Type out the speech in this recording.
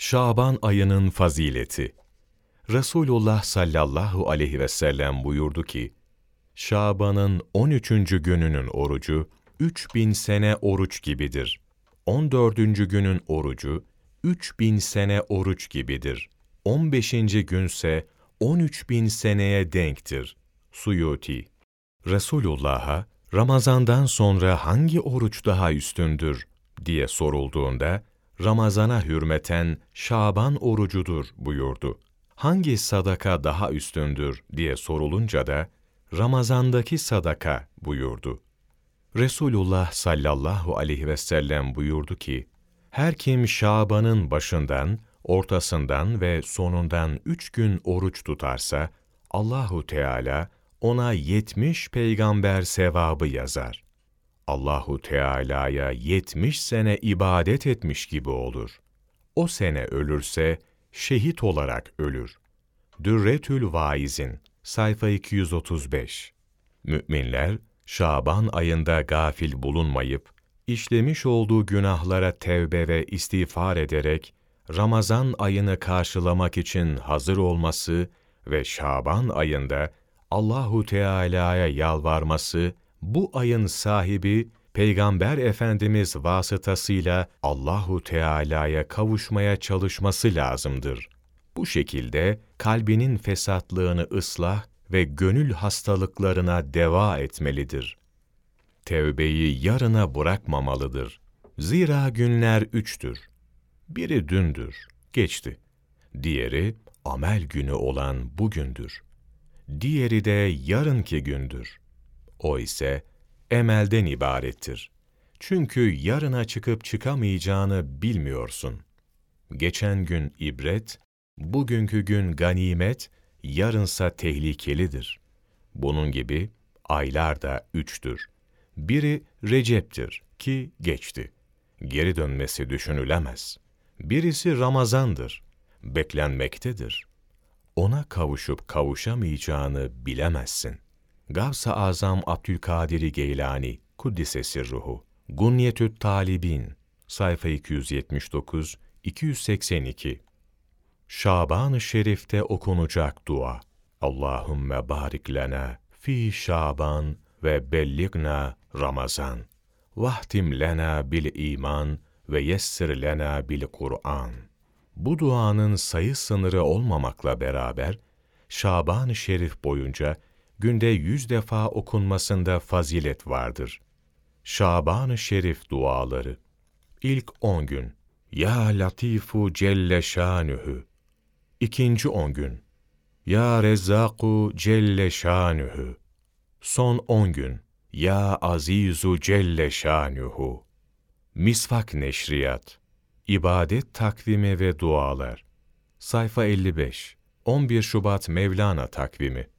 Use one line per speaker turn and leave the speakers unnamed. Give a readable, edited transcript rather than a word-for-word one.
Şaban ayının fazileti. Resulullah sallallahu aleyhi ve sellem buyurdu ki, Şaban'ın 13. gününün orucu, 3000 sene oruç gibidir. 14. günün orucu, 3000 sene oruç gibidir. 15. günse, 13.000 seneye denktir. Suyuti. Resulullah'a, Ramazan'dan sonra hangi oruç daha üstündür diye sorulduğunda, Ramazan'a hürmeten Şaban orucudur buyurdu. Hangi sadaka daha üstündür diye sorulunca da, Ramazan'daki sadaka buyurdu. Resulullah sallallahu aleyhi ve sellem buyurdu ki, her kim Şaban'ın başından, ortasından ve sonundan 3 gün oruç tutarsa, Allahu Teala ona 70 peygamber sevabı yazar. Allahu Teala'ya 70 sene ibadet etmiş gibi olur. O sene ölürse şehit olarak ölür. Dürretül Vaizin, sayfa 235. Müminler, Şaban ayında gafil bulunmayıp, işlemiş olduğu günahlara tevbe ve istiğfar ederek, Ramazan ayını karşılamak için hazır olması ve Şaban ayında Allahu Teala'ya yalvarması, bu ayın sahibi Peygamber Efendimiz vasıtasıyla Allahu Teala'ya kavuşmaya çalışması lazımdır. Bu şekilde kalbinin fesatlığını ıslah ve gönül hastalıklarına deva etmelidir. Tevbeyi yarına bırakmamalıdır. Zira günler 3'tür. Biri dündür, geçti. Diğeri amel günü olan bugündür. Diğeri de yarınki gündür. O ise emelden ibarettir. Çünkü yarına çıkıp çıkamayacağını bilmiyorsun. Geçen gün ibret, bugünkü gün ganimet, yarınsa tehlikelidir. Bunun gibi aylar da 3'tür. Biri Recep'tir ki geçti. Geri dönmesi düşünülemez. Birisi Ramazan'dır, beklenmektedir. Ona kavuşup kavuşamayacağını bilemezsin. Gavs-ı Azam Abdülkadir Geylani, Kuddise Sirruhu, Gunyetü't Talibin, sayfa 279-282. Şaban-ı Şerif'te okunacak dua. Allahümme barik lena fi Şaban ve belligna Ramazan. Vahtim lena bil iman ve yessir lena bil Kur'an. Bu duanın sayı sınırı olmamakla beraber, Şaban-ı Şerif boyunca günde 100 defa okunmasında fazilet vardır. Şaban-ı Şerif duaları. İlk 10 gün. Ya Latifu Celle Şanühü. İkinci 10 gün. Ya Rezzaku Celle Şanühü. Son 10 gün. Ya Azizu Celle Şanühü. Misvak Neşriyat. İbadet takvimi ve dualar. Sayfa 55. 11 Şubat Mevlana takvimi.